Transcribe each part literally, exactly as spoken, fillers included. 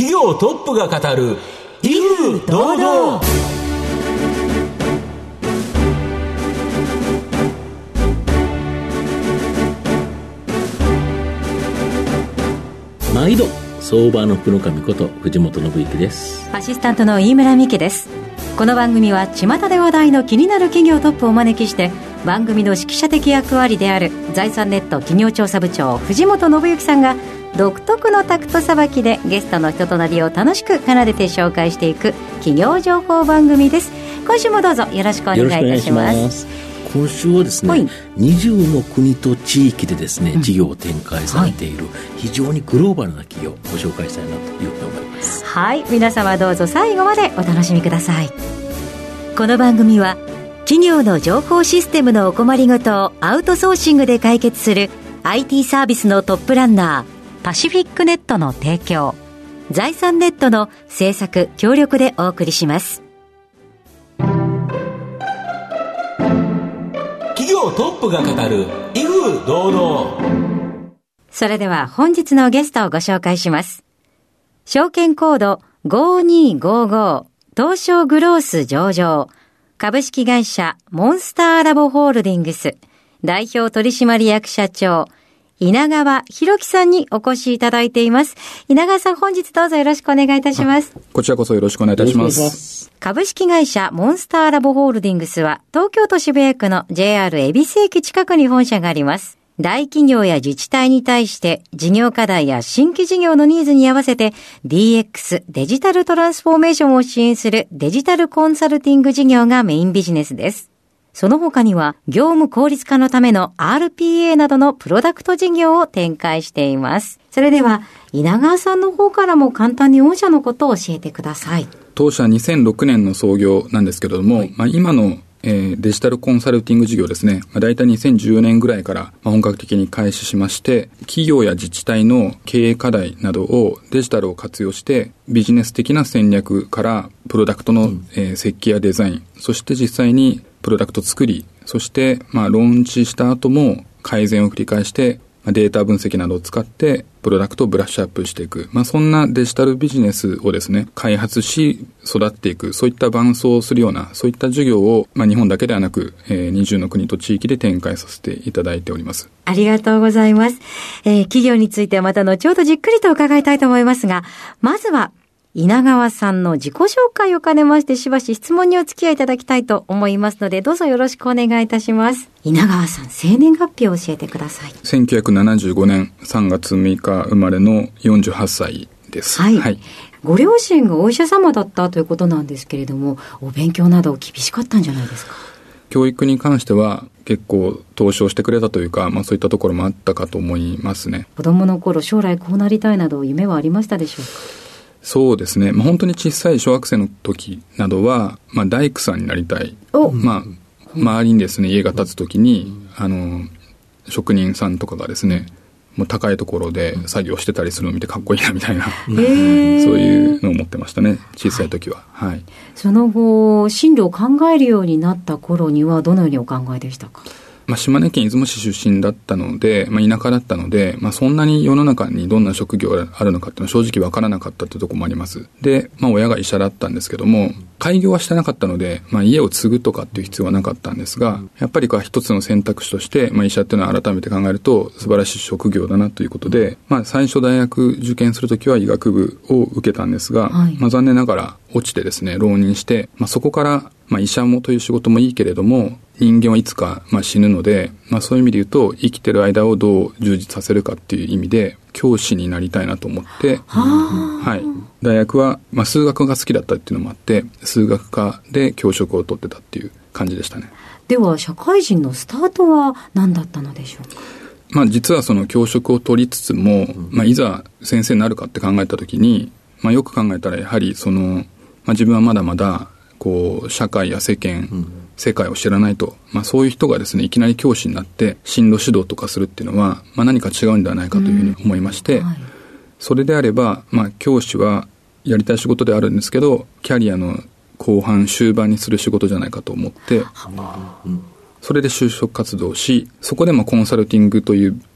企業トップが語る威風堂々。 毎度相場の福の神こと藤本信之です。 アシスタントの飯村美希です。この番組は巷で話題の気になる企業トップをお招きして、番組の指揮者的役割である財産ネット企業調査部長藤本信之さんが独特のタクトさばきでゲストの人となりを楽しく奏でて紹介していく企業情報番組です。今週もどうぞよろしくお願いいたします。 今週はですね、にじゅうの国と地域でですね、うん、事業を展開されている非常にグローバルな企業をご紹介したいなというふうに思います。 はい、皆様どうぞ最後までお楽しみください。この番組は企業の情報システムのお困りごとをアウトソーシングで解決する アイティー サービスのトップランナーパシフィックネットの提供、財産ネットの制作協力でお送りします。 企業トップが語る威風堂々。 それでは本日のゲストをご紹介します。証券コードごにーごーごー東証グロース上場株式会社モンスターラボホールディングス代表取締役社長稲川博樹さんにお越しいただいています。稲川さん、本日どうぞよろしくお願いいたします。 こちらこそよろしくお願いいたします。 株式会社モンスターラボホールディングスは東京都渋谷区の ジェイアール 恵比寿駅近くに本社があります。大企業や自治体に対して事業課題や新規事業のニーズに合わせて ディーエックス デジタルトランスフォーメーションを支援するデジタルコンサルティング事業がメインビジネスです。その他には業務効率化のための アールピーエー などのプロダクト事業を展開しています。それでは稲川さんの方からも簡単に御社のことを教えてください。 当社にせんろくねんの創業なんですけれども、はい、まあ、今のえー、デジタルコンサルティング事業ですね、まあ、大体にせんじゅうねんぐらいから、まあ、本格的に開始しまして、企業や自治体の経営課題などをデジタルを活用してビジネス的な戦略からプロダクトの、うんえー、設計やデザイン、そして実際にプロダクト作り、そしてまあローンチした後も改善を繰り返してデータ分析などを使ってプロダクトをブラッシュアップしていく、まあ、そんなデジタルビジネスをですね開発し育っていく、そういった伴走をするようなそういった事業を、まあ、日本だけではなく、えー、にじゅうの国と地域で展開させていただいております。 ありがとうございます。えー、企業についてはまた後ほどじっくりと伺いたいと思いますが、まずは稲川さんの自己紹介を兼ねましてしばし質問にお付き合いいただきたいと思いますので、どうぞよろしくお願いいたします。稲川さん、生年月日を教えてください。 せんきゅうひゃくななじゅうごねんさんがつむいか生まれのよんじゅうはっさいです。 はい、はい、ご両親がお医者様だったということなんですけれども、お勉強など厳しかったんじゃないですか？ 教育に関しては結構投資をしてくれたというか、まあ、そういったところもあったかと思いますね。 子供の頃将来こうなりたいなど夢はありましたでしょうか？ そうですね、まあ、本当に小さい小学生の時などは、まあ、大工さんになりたい、まあ、周りにですね家が建つ時にあの職人さんとかがですねもう高いところで作業してたりするのを見てかっこいいなみたいなそういうのを思ってましたね、小さい時は、はいはい、 その後進路を考えるようになった頃にはどのようにお考えでしたか？ まあ、島根県出雲市出身だったので、まあ、田舎だったので、まあ、そんなに世の中にどんな職業があるのかっていうのは正直わからなかったというところもあります。で、まあ、親が医者だったんですけども、開業はしてなかったので、まあ、家を継ぐとかっていう必要はなかったんですが、やっぱりこう一つの選択肢として、まあ、医者っていうのは改めて考えると素晴らしい職業だなということで、まあ、最初大学受験するときは医学部を受けたんですが、はい、まあ、残念ながら落ちてですね浪人して、まあ、そこからまあ、医者もという仕事もいいけれども人間はいつかまあ死ぬので、まあ、そういう意味で言うと生きてる間をどう充実させるかっていう意味で教師になりたいなと思って、はい、大学はまあ数学が好きだったっていうのもあって数学科で教職を取ってたっていう感じでしたね。 では社会人のスタートは何だったのでしょうか？ まあ、実はその教職を取りつつも、まあ、いざ先生になるかって考えたときに、まあ、よく考えたらやはりその、まあ、自分はまだまだこう社会や世間、うん、世界を知らないと、まあ、そういう人がですねいきなり教師になって進路指導とかするっていうのは、まあ、何か違うんではないかというふうに思いまして、うんはい、それであれば、まあ、教師はやりたい仕事であるんですけどキャリアの後半終盤にする仕事じゃないかと思って、うん、それで就職活動をしそこでもコンサルティングという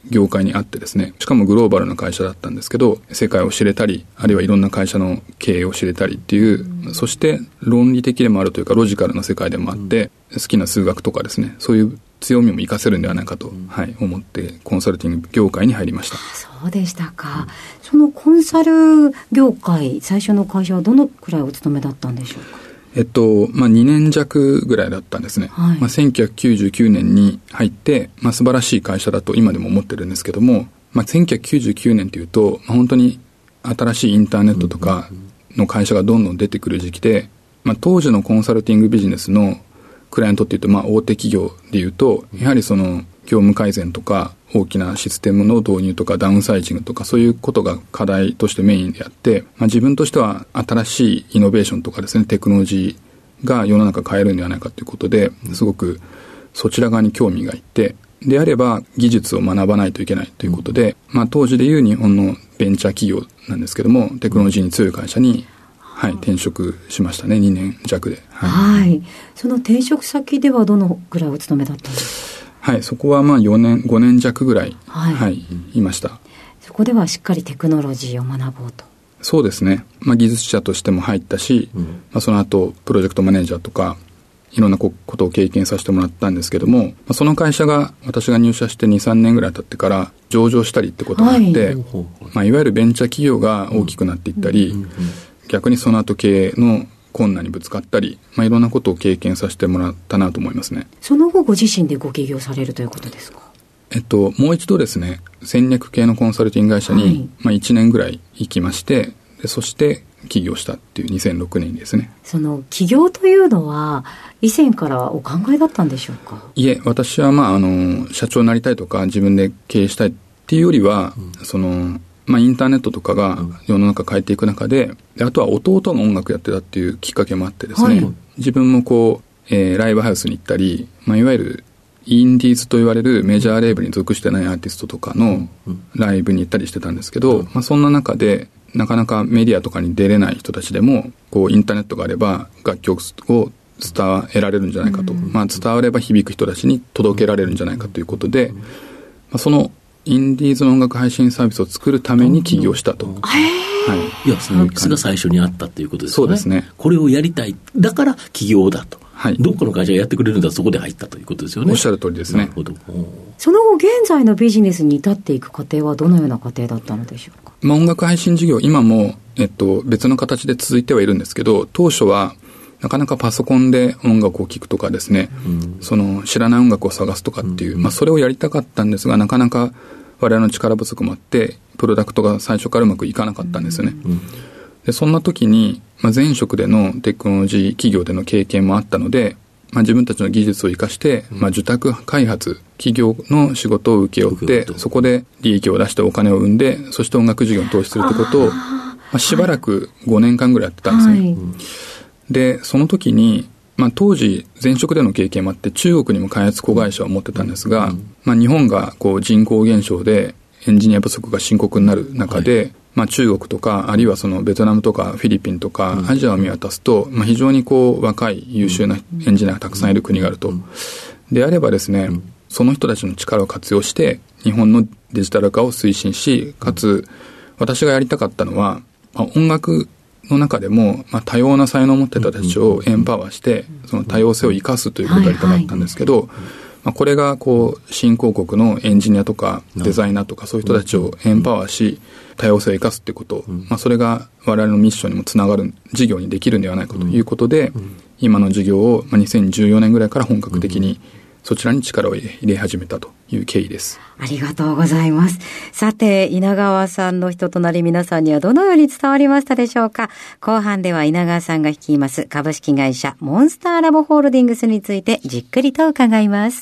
業界にあってですね、しかもグローバルな会社だったんですけど、世界を知れたり、あるいはいろんな会社の経営を知れたりっていう、うん、そして論理的でもあるというかロジカルな世界でもあって、うん、好きな数学とかですね、そういう強みも活かせるんではないかと、うん、はい、思ってコンサルティング業界に入りました。 そうでしたか、うん、そのコンサル業界、最初の会社はどのくらいお勤めだったんでしょうか。 えっとまあ、にねん弱ぐらいだったんですね、はい、まあ、せんきゅうひゃくきゅうじゅうきゅうねんに入って、まあ、素晴らしい会社だと今でも思ってるんですけども、まあ、せんきゅうひゃくきゅうじゅうきゅうねんというと、まあ、本当に新しいインターネットとかの会社がどんどん出てくる時期で、まあ、当時のコンサルティングビジネスのクライアントっていうと、まあ、大手企業でいうとやはりその業務改善とか大きなシステムの導入とかダウンサイジングとかそういうことが課題としてメインであって、まあ、自分としては新しいイノベーションとかですね、テクノロジーが世の中変えるんではないかということですごくそちら側に興味がいって、であれば技術を学ばないといけないということで、まあ、当時でいう日本のベンチャー企業なんですけども、テクノロジーに強い会社に、はい、転職しましたね。にねん弱で、 はいはい、その転職先ではどのぐらいお勤めだったんですか。 はい、そこはまあよねんごねん弱ぐらい、はいはい、いました。 そこではしっかりテクノロジーを学ぼうと。 そうですね、まあ、技術者としても入ったし、うん、まあ、その後プロジェクトマネージャーとかいろんなことを経験させてもらったんですけども、まあ、その会社が私が入社して にさんねんぐらい経ってから上場したりってことがあって、はい、まあ、いわゆるベンチャー企業が大きくなっていったり、うんうんうん、逆にその後経営の困難にぶつかったり、まあ、いろんなことを経験させてもらったなと思いますね。 その後ご自身でご起業されるということですか。 えっと、もう一度ですね、戦略系のコンサルティング会社に、はい、まあ、いちねんぐらい行きまして、でそして起業したっていうにせんろくねんですね。 その起業というのは以前からお考えだったんでしょうか。 いえ、私は、まあ、あの社長になりたいとか自分で経営したいっていうよりは、うん、そのまあ、インターネットとかが世の中変えていく中で、であとは弟が音楽やってたっていうきっかけもあってですね、はい、自分もこう、えー、ライブハウスに行ったり、まあ、いわゆるインディーズと言われるメジャーレーベルに属してないアーティストとかのライブに行ったりしてたんですけど、まあ、そんな中でなかなかメディアとかに出れない人たちでもこうインターネットがあれば楽曲を伝えられるんじゃないかと、まあ、伝われば響く人たちに届けられるんじゃないかということで、まあ、そのインディーズの音楽配信サービスを作るために起業したと。 はい、いやそのミックスが最初にあったということですよね。 そうですね。 これをやりたい、だから起業だと、はい、どっかの会社がやってくれるんだ、そこで入ったということですよね。 おっしゃる通りですね。 なるほど。 その後現在のビジネスに至っていく過程はどのような過程だったのでしょうか。 まあ、音楽配信事業今も、えっと、別の形で続いてはいるんですけど、当初はなかなかパソコンで音楽を聴くとかですね、うん、その知らない音楽を探すとかっていう、うん、まあ、それをやりたかったんですが、なかなか我々の力不足もあってプロダクトが最初からうまくいかなかったんですよね、うん、でそんな時に、まあ、前職でのテクノロジー企業での経験もあったので、まあ、自分たちの技術を生かして、まあ、受託開発企業の仕事を請け負って、そこで利益を出してお金を生んで、そして音楽事業に投資するってことをまあ、しばらくごねんかんぐらいやってたんですね、はい、でその時にまあ、当時前職での経験もあって中国にも開発子会社を持ってたんですが、うん、まあ、日本がこう人口減少でエンジニア不足が深刻になる中で、はい、まあ、中国とかあるいはそのベトナムとかフィリピンとか、うん、アジアを見渡すと、まあ、非常にこう若い優秀なエンジニアがたくさんいる国があると、うん、であればですね、うん、その人たちの力を活用して日本のデジタル化を推進し、かつ私がやりたかったのは、まあ、音楽の中でも、まあ、多様な才能を持ってた人たちをエンパワーしてその多様性を生かすということをやりたかったんですけど、まあ、これがこう新興国のエンジニアとかデザイナーとかそういう人たちをエンパワーし多様性を生かすということ、まあ、それが我々のミッションにもつながる事業にできるんではないかということで、今の事業をにせんじゅうよねんぐらいから本格的にそちらに力を入れ始めたという経緯です。 ありがとうございます。さて、稲川さんの人となり皆さんにはどのように伝わりましたでしょうか。後半では稲川さんが率います株式会社モンスターラボホールディングスについてじっくりと伺います。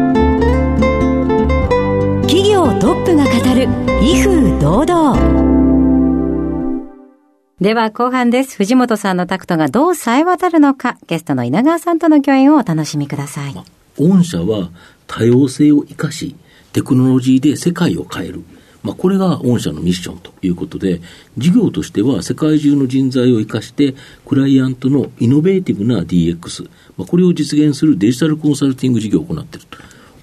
企業トップが語る威風堂々。では後半です。藤本さんのタクトがどう冴え渡るのか、ゲストの稲川さんとの共演をお楽しみください。 御社は多様性を生かしテクノロジーで世界を変える、まあ、これが御社のミッションということで、事業としては世界中の人材を生かしてクライアントのイノベーティブな ディーエックス、まあ、これを実現するデジタルコンサルティング事業を行っていると。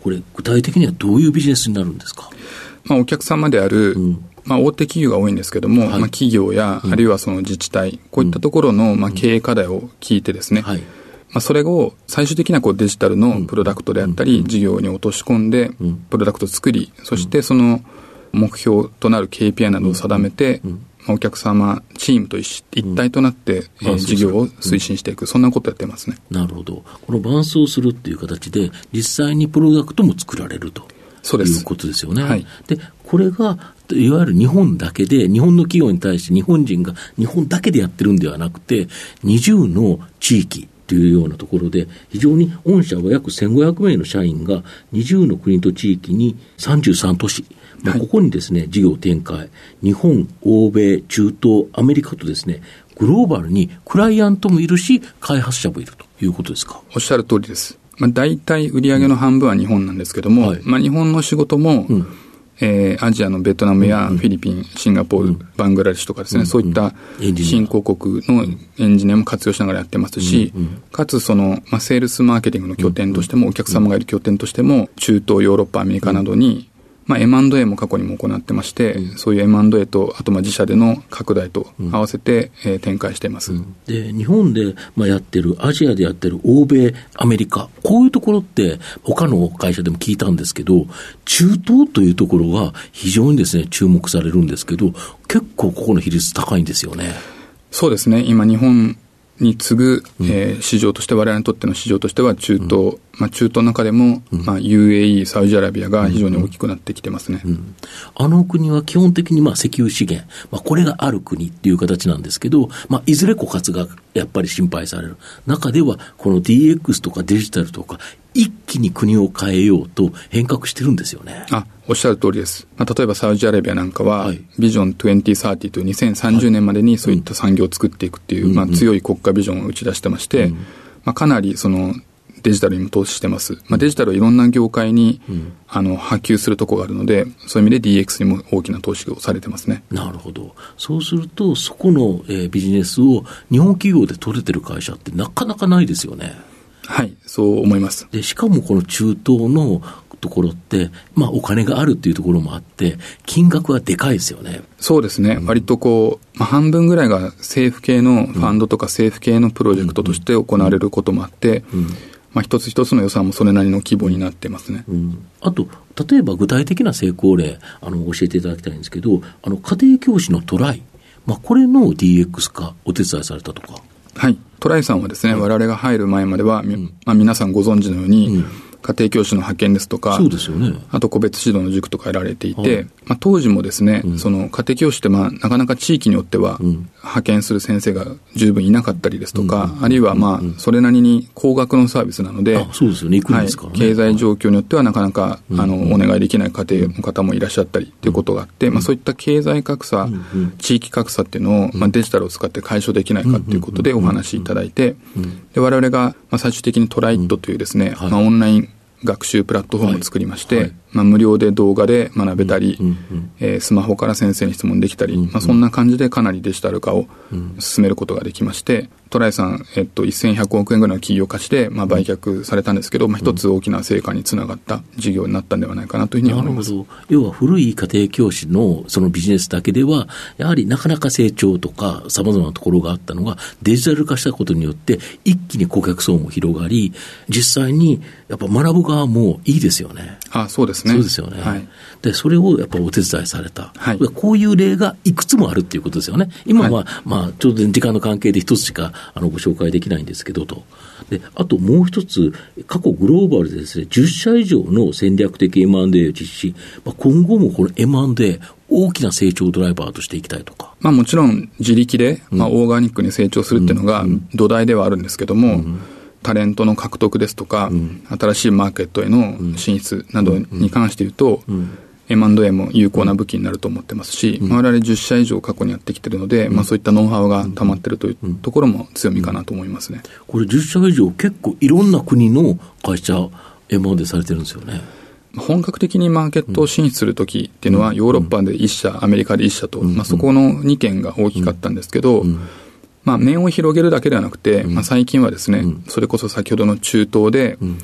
これ具体的にはどういうビジネスになるんですか？ まあ、お客様である、うんまあ、大手企業が多いんですけども、はい、まあ、企業や、うん、あるいはその自治体、こういったところの、まあ、経営課題を聞いてですね、はい、まあ、それを最終的なこうデジタルのプロダクトであったり、うん、事業に落とし込んで、うん、プロダクトを作り、そしてその目標となる ケーピーアイ などを定めて、うんうん、まあ、お客様チームと一体となって、うん、えー、事業を推進していく、うん、そんなことやってますね。 なるほど。この伴走するっていう形で実際にプロダクトも作られるとそうですいうことですよね。 はい、 でこれがいわゆる日本だけで、日本の企業に対して日本人が日本だけでやってるんではなくて、にじゅうの地域というようなところで、非常に御社は約せんごひゃくめいの社員がにじゅうの国と地域にさんじゅうさんとし、まあ、ここにですね、事業展開、日本、欧米、中東、アメリカとですね、グローバルにクライアントもいるし、開発者もいるということですか？ おっしゃる通りです。まあ、大体売上の半分は日本なんですけども、はい、まあ、日本の仕事も、うん、えー、アジアのベトナムやフィリピン、うん、シンガポール、うん、バングラデシュとかですね、うん、そういった新興国のエンジニアも活用しながらやってますし、うんうん、かつその、まあ、セールスマーケティングの拠点としても、お客様がいる拠点としても、中東、ヨーロッパ、アメリカなどに、まあ、エムアンドエー も過去にも行ってまして、うん、そういう エムアンドエー と、あとまあ自社での拡大と合わせて、うん、えー、展開しています。うん、 で、日本でまあやってる、アジアでやってる欧米、アメリカ、こういうところって他の会社でも聞いたんですけど、中東というところが非常にですね、注目されるんですけど、結構ここの比率高いんですよね。 そうですね。今日本に次ぐ、うんえー、市場として、我々にとっての市場としては中東、うんまあ、中東の中でも、うんまあ、ユーエーイー、サウジアラビアが非常に大きくなってきてますね。 うんうん、あの国は基本的にまあ石油資源、まあ、これがある国っていう形なんですけど、まあ、いずれ枯渇がやっぱり心配される中では、この ディーエックス とかデジタルとか一気に国を変えようと変革してるんですよね。 あ、おっしゃる通りです。まあ、例えばサウジアラビアなんかは、はい、ビジョンにせんさんじゅうというにせんさんじゅうねんまでにそういった産業を作っていくっていう、うんまあ、強い国家ビジョンを打ち出してまして、うんまあ、かなりそのデジタルにも投資してます。まあ、デジタルはいろんな業界に、うん、あの波及するところがあるので、そういう意味で ディーエックス にも大きな投資をされてますね。 なるほど。そうするとそこの、えー、ビジネスを日本企業で取れてる会社ってなかなかないですよね。 はい、そう思います。 で、しかもこの中東のところって、まあ、お金があるっていうところもあって、金額はでかいですよね。 そうですね。うん、割とこう、まあ、半分ぐらいが政府系のファンドとか政府系のプロジェクトとして行われることもあって、うんうんうんまあ、一つ一つの予算もそれなりの規模になってますね。 うん、あと例えば具体的な成功例あの教えていただきたいんですけど、あの家庭教師のトライ、まあ、これの ディーエックス 化お手伝いされたとか。 はい、トライさんはですね、はい、我々が入る前までは、うんまあ、皆さんご存知のように、うん家庭教師の派遣ですとか、 そうですよね、 あと個別指導の塾とかやられていて、はいまあ、当時もですね、うん、その家庭教師ってまあなかなか地域によっては、うん、派遣する先生が十分いなかったりですとか、うん、あるいはまあそれなりに高額のサービスなので、 あそうですよね、行くんですからね、 はい、経済状況によってはなかなか、うん、あのお願いできない家庭の方もいらっしゃったりということがあって、うんまあ、そういった経済格差、うん、地域格差っていうのを、まあ、デジタルを使って解消できないかということでお話しいただいて、で我々がまあ最終的にトライットというですね、うんはいまあ、オンライン学習プラットフォームを作りまして、はいはいまあ、無料で動画で学べたり、うんうんうんえー、スマホから先生に質問できたり、うんうんまあ、そんな感じでかなりデジタル化を進めることができまして、トライさん、えっと、せんひゃくおくえんぐらいの企業化して、まあ、売却されたんですけど、まあ、一つ大きな成果につながった事業になったんではないかなというふうに思います。 なるほど。要は古い家庭教師のそのビジネスだけではやはりなかなか成長とかさまざまなところがあったのがデジタル化したことによって一気に顧客層も広がり、実際にやっぱ学ぶ側もいいですよね。 あ、そうですね。 そうですよね。 はい、 でそれをやっぱお手伝いされた、 はい、 こういう例がいくつもあるっていうことですよね。今は、はいまあ、ちょうど時間の関係で一つしかあのご紹介できないんですけどと。であともう一つ、過去グローバルでですねじゅっしゃ以上の戦略的 エムアンドエー を実施、まあ、今後もこの エムアンドエー 大きな成長ドライバーとしていきたいとか、 まあ、もちろん自力で、まあ、オーガニックに成長するっていうのが土台ではあるんですけども、うんうんタレントの獲得ですとか、うん、新しいマーケットへの進出などに関して言うと、うんうん、エムアンドエー も有効な武器になると思ってますし、うんまあ、我々じゅっしゃ以上過去にやってきているので、うんまあ、そういったノウハウが溜まっているというところも強みかなと思いますね。 これじゅっしゃ以上結構いろんな国の会社 エムアンドエー されてるんですよね。 本格的にマーケットを進出するときっていうのは、ヨーロッパでいっ社、アメリカでいっ社と、まあ、そこのにけんが大きかったんですけど、うんうんまあ、面を広げるだけではなくて、うんまあ、最近はですね、うん、それこそ先ほどの中東で、うん、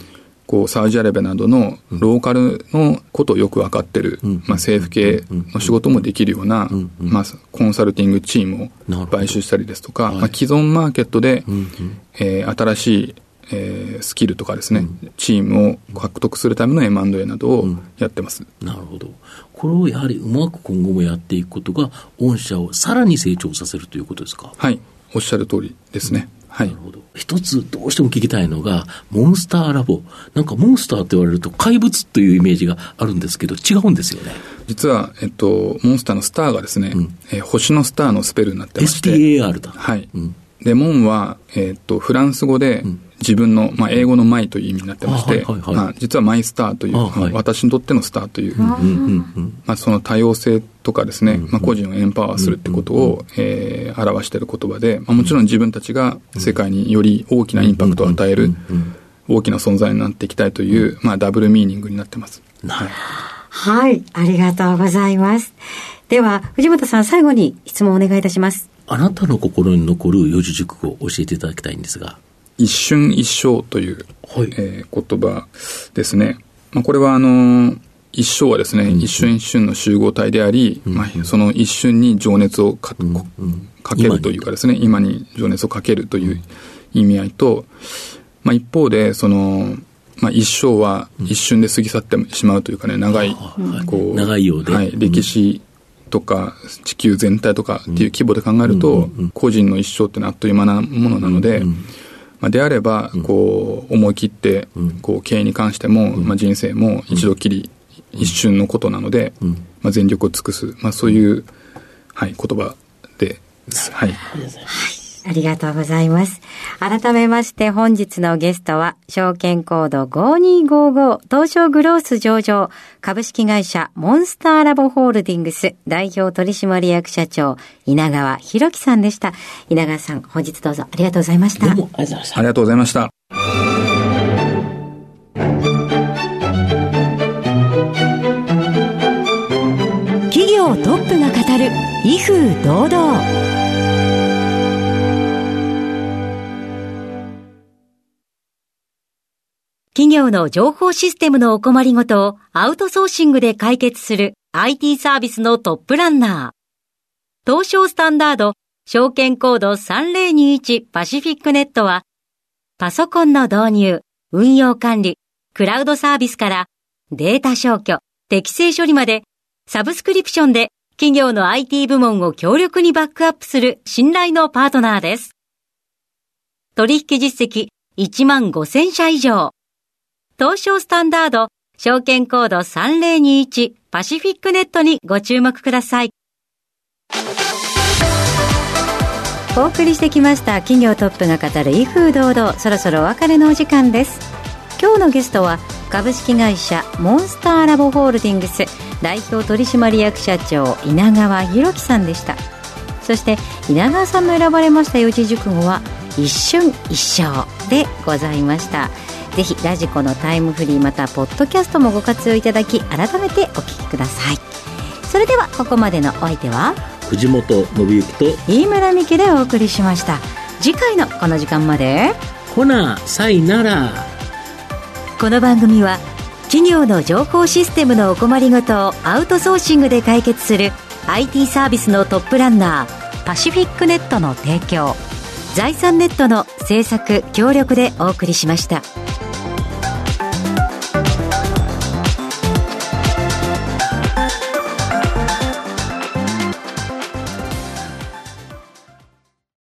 こうサウジアラビアなどのローカルのことをよく分かってる、うん、まあ、政府系の仕事もできるような、うんうん、まあ、コンサルティングチームを買収したりですとか、まあ、既存マーケットで、うんうん、えー、新しい、えー、スキルとかですね、うん、チームを獲得するための エムアンドエー などをやってます、 うん、なるほど。これをやはりうまく今後もやっていくことが御社をさらに成長させるということですか？ はい、おっしゃる通りですね。はい、なるほど。 一つどうしても聞きたいのがモンスターラボ。なんかモンスターって言われると怪物というイメージがあるんですけど違うんですよね。 実は、えっと、モンスターのスターがですね、うん、えー、星のスターのスペルになってましてエスティーエーアール だ。 はい、うん、でモンは、えー、っとフランス語で、うん、自分の、まあ、英語のマイという意味になってまして、はいはいはい、まあ、実はマイスターという、はい、私にとってのスターという、まあ、その多様性とかですね、まあ、個人をエンパワーするってことを、えー、表している言葉で、まあ、もちろん自分たちが世界により大きなインパクトを与える大きな存在になっていきたいという、まあ、ダブルミーニングになってます。 はい、はい、ありがとうございます。では藤本さん、最後に質問をお願いいたします。 あなたの心に残る四字熟語を教えていただきたいんですが。 一瞬一生という、はい、えー、言葉ですね。まあ、これはあのー、一生はですね、うん、一瞬一瞬の集合体であり、うん、まあ、その一瞬に情熱を か,、うん、かけるというかですね、今に、今に情熱をかけるという意味合いと、まあ、一方でその、まあ、一生は一瞬で過ぎ去ってしまうというかね、長い、 こう、長いようで、 はい、歴史とか地球全体とかっていう規模で考えると、うん、個人の一生ってのはあっという間なものなので、うん、まあ、であればこう思い切ってこう経営に関しても、まあ、人生も一度きり一瞬のことなので、まあ、全力を尽くす、まあ、そういう、はい、言葉です。はい、 ありがとうございます。改めまして本日のゲストは証券コードごにーごーごー東証グロース上場株式会社モンスターラボホールディングス代表取締役社長稲川博樹さんでした。稲川さん、本日どうぞありがとうございました。 どうもありがとうございました。 ありがとうございました。 企業トップが語る威風堂々。 企業の情報システムのお困りごとをアウトソーシングで解決する アイティー サービスのトップランナー。東証スタンダード証券コードさんぜろにいちパシフィックネットはパソコンの導入、運用管理、クラウドサービスからデータ消去、適正処理までサブスクリプションで企業の アイティー 部門を強力にバックアップする信頼のパートナーです。取引実績いちまんごせんしゃ以上。東証スタンダード証券コードさんぜろにいちパシフィックネットにご注目ください。お送りしてきました企業トップが語る威風堂々、そろそろお別れのお時間です。今日のゲストは株式会社モンスターラボホールディングス代表取締役社長稲川博樹さんでした。そして稲川さんの選ばれました四字熟語は一瞬一生でございました。ぜひラジコのタイムフリーまたポッドキャストもご活用いただき改めてお聞きください。それではここまでのお相手は藤本信之と飯村美希でお送りしました。次回のこの時間までほなさいなら。 この番組は企業の情報システムのお困りごとをアウトソーシングで解決する アイティー サービスのトップランナーパシフィックネットの提供、財産ネットの制作協力でお送りしました。